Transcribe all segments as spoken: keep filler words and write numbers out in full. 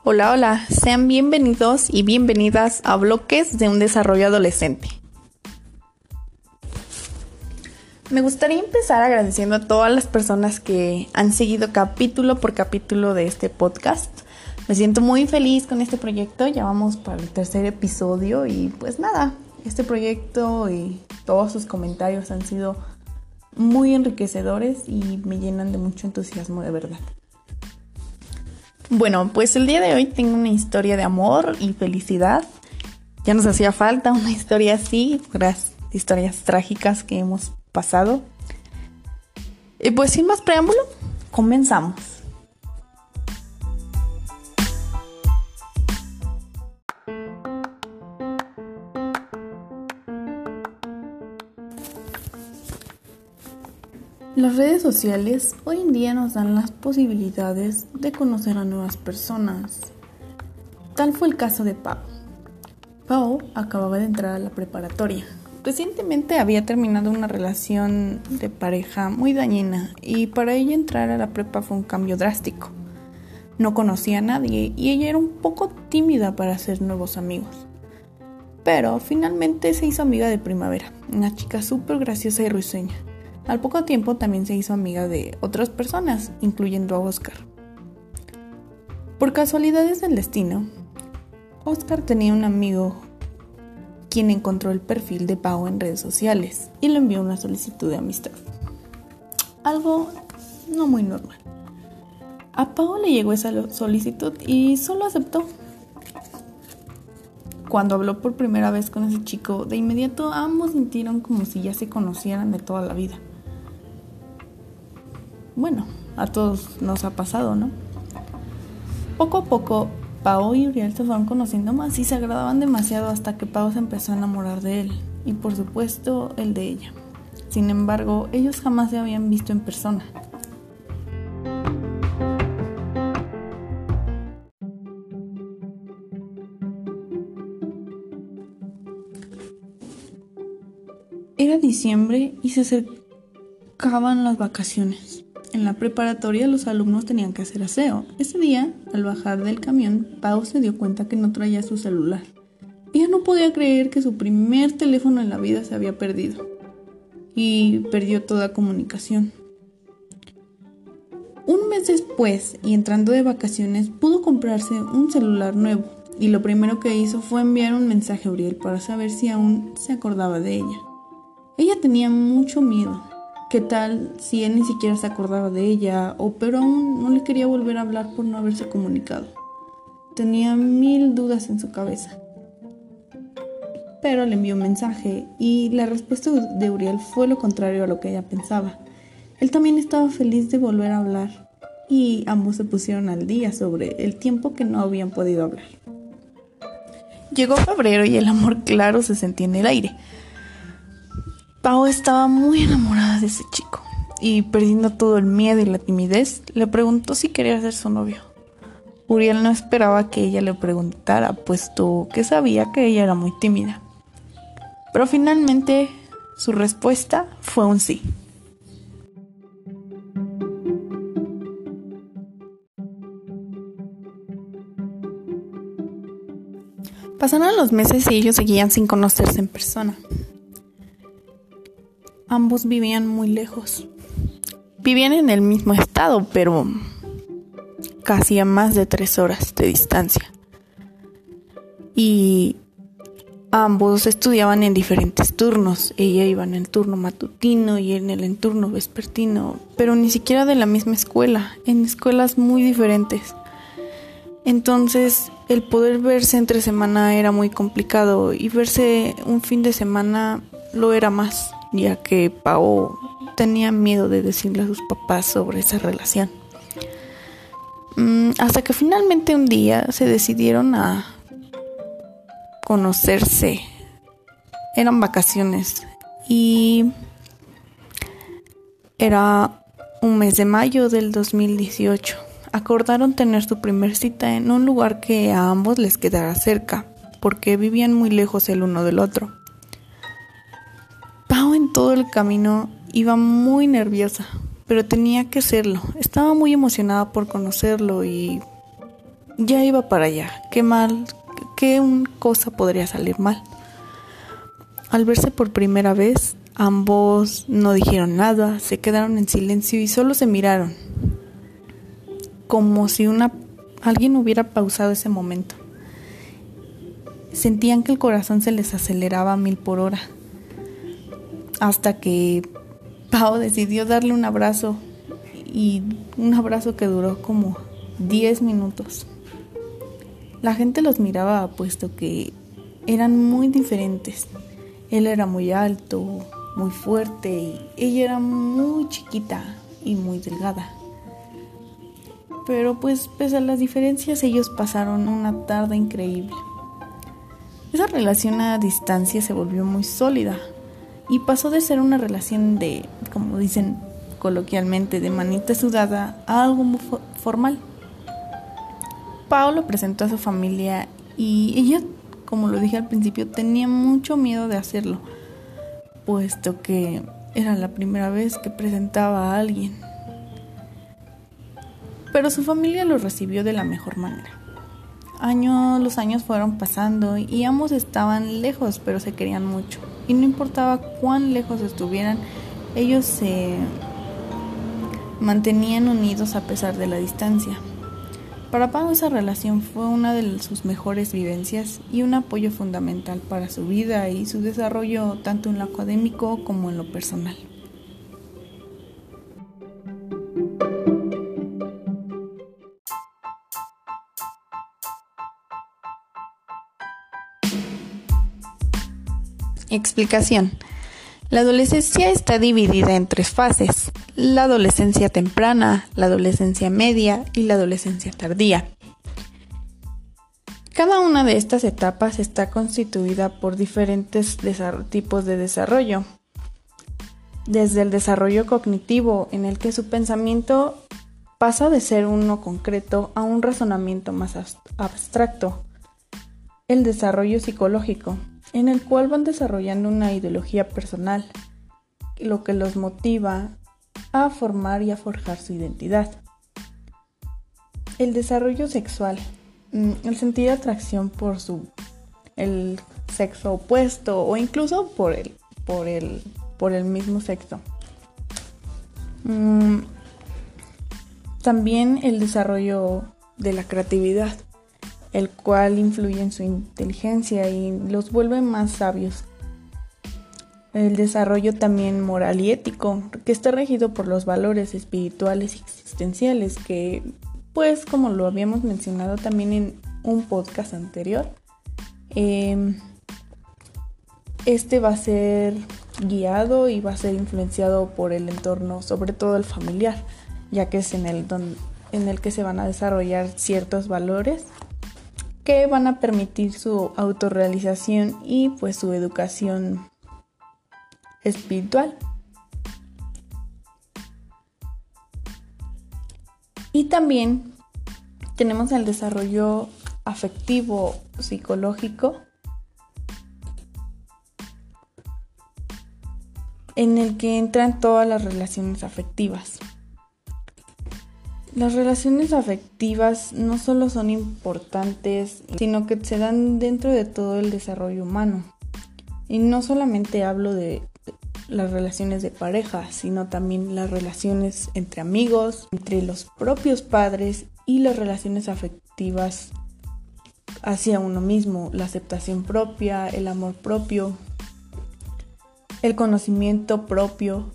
Hola, hola, sean bienvenidos y bienvenidas a Bloques de un Desarrollo Adolescente. Me gustaría empezar agradeciendo a todas las personas que han seguido capítulo por capítulo de este podcast. Me siento muy feliz con este proyecto, ya vamos para el tercer episodio y pues nada, este proyecto y todos sus comentarios han sido muy enriquecedores y me llenan de mucho entusiasmo de verdad. Bueno, pues el día de hoy tengo una historia de amor y felicidad. Ya nos hacía falta una historia así, las historias trágicas que hemos pasado. Y pues sin más preámbulo, comenzamos. Las redes sociales hoy en día nos dan las posibilidades de conocer a nuevas personas. Tal fue el caso de Pau. Pau acababa de entrar a la preparatoria. Recientemente había terminado una relación de pareja muy dañina y para ella entrar a la prepa fue un cambio drástico. No conocía a nadie y ella era un poco tímida para hacer nuevos amigos. Pero finalmente se hizo amiga de Primavera, una chica súper graciosa y risueña. Al poco tiempo también se hizo amiga de otras personas, incluyendo a Oscar. Por casualidades del destino, Oscar tenía un amigo quien encontró el perfil de Pau en redes sociales y le envió una solicitud de amistad. Algo no muy normal. A Pau le llegó esa solicitud y solo aceptó. Cuando habló por primera vez con ese chico, de inmediato ambos sintieron como si ya se conocieran de toda la vida. Bueno, a todos nos ha pasado, ¿no? Poco a poco, Pau y Uriel se fueron conociendo más y se agradaban demasiado hasta que Pau se empezó a enamorar de él y por supuesto él de ella. Sin embargo, ellos jamás se habían visto en persona. Era diciembre y se acercaban las vacaciones. En la preparatoria los alumnos tenían que hacer aseo. Ese día, al bajar del camión, Pau se dio cuenta que no traía su celular. Ella no podía creer que su primer teléfono en la vida se había perdido. Y perdió toda comunicación. Un mes después, y entrando de vacaciones, pudo comprarse un celular nuevo. Y lo primero que hizo fue enviar un mensaje a Uriel para saber si aún se acordaba de ella. Ella tenía mucho miedo. ¿Qué tal si él ni siquiera se acordaba de ella? O pero aún no le quería volver a hablar por no haberse comunicado. Tenía mil dudas en su cabeza. Pero le envió un mensaje y la respuesta de Uriel fue lo contrario a lo que ella pensaba. Él también estaba feliz de volver a hablar y ambos se pusieron al día sobre el tiempo que no habían podido hablar. Llegó febrero y el amor claro se sentía en el aire. Pau estaba muy enamorada de ese chico y perdiendo todo el miedo y la timidez, le preguntó si quería ser su novio. Uriel no esperaba que ella le preguntara, puesto que sabía que ella era muy tímida. Pero finalmente su respuesta fue un sí. Pasaron los meses y ellos seguían sin conocerse en persona. Ambos vivían muy lejos. Vivían en el mismo estado, pero casi a más de tres horas de distancia. Y ambos estudiaban en diferentes turnos. Ella iba en el turno matutino y él en el turno vespertino, pero ni siquiera de la misma escuela, en escuelas muy diferentes. Entonces, el poder verse entre semana era muy complicado y verse un fin de semana lo era más, ya que Pau tenía miedo de decirle a sus papás sobre esa relación. Mm, hasta que finalmente un día se decidieron a conocerse. Eran vacaciones y era un mes de mayo del dos mil dieciocho. Acordaron tener su primer cita en un lugar que a ambos les quedara cerca, porque vivían muy lejos el uno del otro. Pau en todo el camino iba muy nerviosa, pero tenía que hacerlo. Estaba muy emocionada por conocerlo y ya iba para allá. Qué mal, qué cosa podría salir mal. Al verse por primera vez, ambos no dijeron nada, se quedaron en silencio y solo se miraron, como si una alguien hubiera pausado ese momento. Sentían que el corazón se les aceleraba a mil por hora, hasta que Pao decidió darle un abrazo, y un abrazo que duró como diez minutos. La gente los miraba puesto que eran muy diferentes. Él era muy alto, muy fuerte, y ella era muy chiquita y muy delgada. Pero pues pese a las diferencias, ellos pasaron una tarde increíble. Esa relación a distancia se volvió muy sólida y pasó de ser una relación de, como dicen coloquialmente, de manita sudada a algo muy fo- formal. Pao lo presentó a su familia y ella, como lo dije al principio, tenía mucho miedo de hacerlo, puesto que era la primera vez que presentaba a alguien. Pero su familia lo recibió de la mejor manera. Años, los años fueron pasando y ambos estaban lejos, pero se querían mucho. Y no importaba cuán lejos estuvieran, ellos se mantenían unidos a pesar de la distancia. Para Pao esa relación fue una de sus mejores vivencias y un apoyo fundamental para su vida y su desarrollo tanto en lo académico como en lo personal. Explicación. La adolescencia está dividida en tres fases: la adolescencia temprana, la adolescencia media y la adolescencia tardía. Cada una de estas etapas está constituida por diferentes desarro- tipos de desarrollo. Desde el desarrollo cognitivo, en el que su pensamiento pasa de ser uno concreto a un razonamiento más abstracto. El desarrollo psicológico, en el cual van desarrollando una ideología personal, lo que los motiva a formar y a forjar su identidad. El desarrollo sexual, el sentir atracción por su el sexo opuesto o incluso por el por el por el mismo sexo. También el desarrollo de la creatividad, el cual influye en su inteligencia y los vuelve más sabios. El desarrollo también moral y ético, que está regido por los valores espirituales y existenciales, que, pues, como lo habíamos mencionado también en un podcast anterior, eh, este va a ser guiado y va a ser influenciado por el entorno, sobre todo el familiar, ya que es en el, don, en el que se van a desarrollar ciertos valores que van a permitir su autorrealización y pues su educación espiritual. Y también tenemos el desarrollo afectivo psicológico, en el que entran todas las relaciones afectivas. Las relaciones afectivas no solo son importantes, sino que se dan dentro de todo el desarrollo humano. Y no solamente hablo de las relaciones de pareja, sino también las relaciones entre amigos, entre los propios padres y las relaciones afectivas hacia uno mismo, la aceptación propia, el amor propio, el conocimiento propio.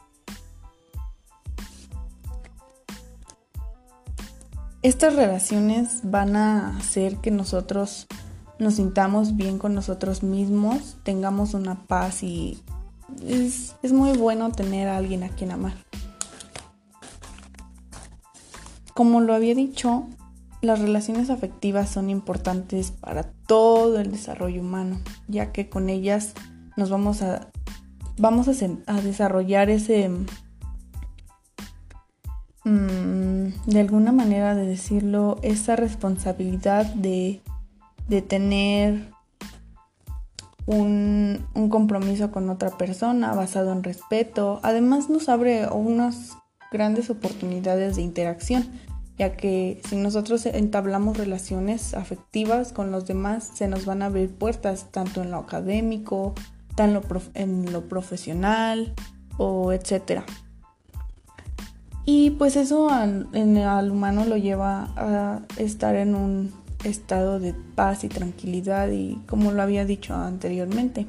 Estas relaciones van a hacer que nosotros nos sintamos bien con nosotros mismos, tengamos una paz y es, es muy bueno tener a alguien a quien amar. Como lo había dicho, las relaciones afectivas son importantes para todo el desarrollo humano, ya que con ellas nos vamos a, vamos a, a desarrollar ese... de alguna manera de decirlo, esa responsabilidad de, de tener un, un compromiso con otra persona basado en respeto. Además nos abre unas grandes oportunidades de interacción, ya que si nosotros entablamos relaciones afectivas con los demás, se nos van a abrir puertas tanto en lo académico, tanto en lo, prof- en lo profesional o etcétera. Y pues eso al, en, al humano lo lleva a estar en un estado de paz y tranquilidad, y como lo había dicho anteriormente.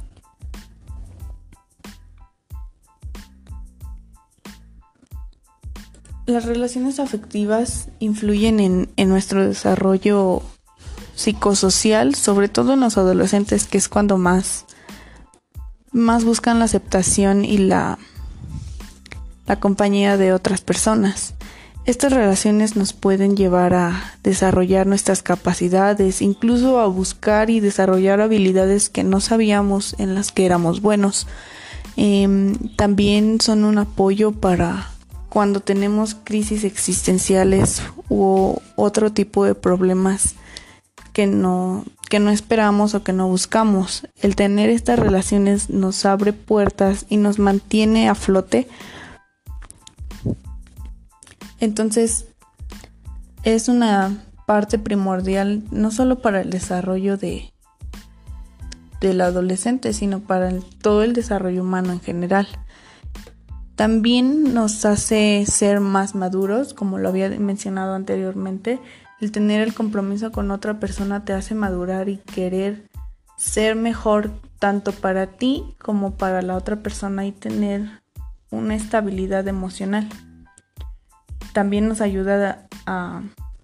Las relaciones afectivas influyen en, en nuestro desarrollo psicosocial, sobre todo en los adolescentes, que es cuando más, más buscan la aceptación y la, la compañía de otras personas. Estas relaciones nos pueden llevar a desarrollar nuestras capacidades, incluso a buscar y desarrollar habilidades que no sabíamos en las que éramos buenos. Eh, también son un apoyo para cuando tenemos crisis existenciales u otro tipo de problemas que no, que no esperamos o que no buscamos. El tener estas relaciones nos abre puertas y nos mantiene a flote. Entonces, es una parte primordial no solo para el desarrollo de, del adolescente, sino para el, todo el desarrollo humano en general. También nos hace ser más maduros, como lo había mencionado anteriormente. El tener el compromiso con otra persona te hace madurar y querer ser mejor tanto para ti como para la otra persona y tener una estabilidad emocional. También nos ayuda a,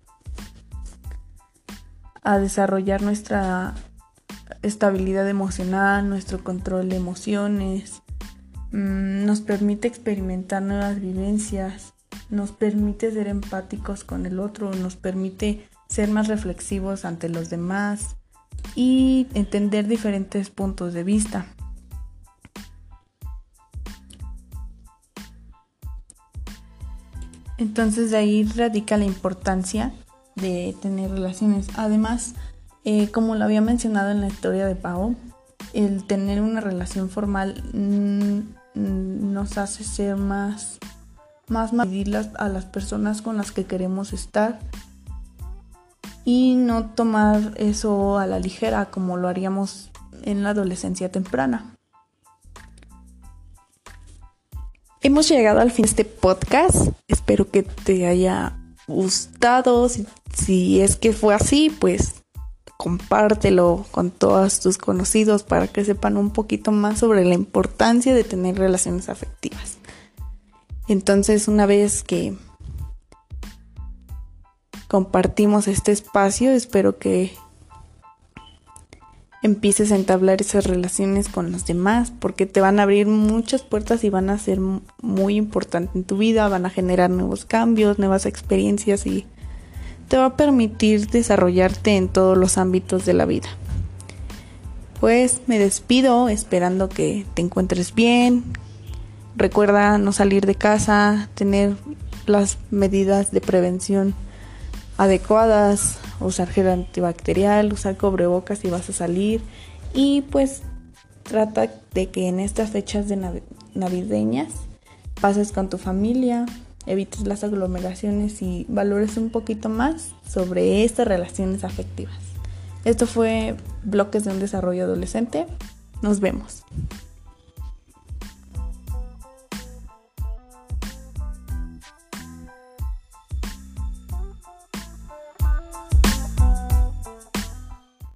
a desarrollar nuestra estabilidad emocional, nuestro control de emociones. Nos permite experimentar nuevas vivencias, nos permite ser empáticos con el otro, nos permite ser más reflexivos ante los demás y entender diferentes puntos de vista. Entonces de ahí radica la importancia de tener relaciones. Además, eh, como lo había mencionado en la historia de Pau, el tener una relación formal mmm, nos hace ser más, más decidir a las personas con las que queremos estar y no tomar eso a la ligera como lo haríamos en la adolescencia temprana. Hemos llegado al fin de este podcast. Espero que te haya gustado. Si, si es que fue así, pues compártelo con todos tus conocidos para que sepan un poquito más sobre la importancia de tener relaciones afectivas. Entonces, una vez que compartimos este espacio, espero que empieces a entablar esas relaciones con los demás, porque te van a abrir muchas puertas y van a ser muy importantes en tu vida, van a generar nuevos cambios, nuevas experiencias y te va a permitir desarrollarte en todos los ámbitos de la vida. Pues me despido esperando que te encuentres bien. Recuerda no salir de casa, tener las medidas de prevención adecuadas, usar gel antibacterial, usar cubrebocas si vas a salir y pues trata de que en estas fechas de nav- navideñas pases con tu familia, evites las aglomeraciones y valores un poquito más sobre estas relaciones afectivas. Esto fue Bloques de un Desarrollo Adolescente. Nos vemos.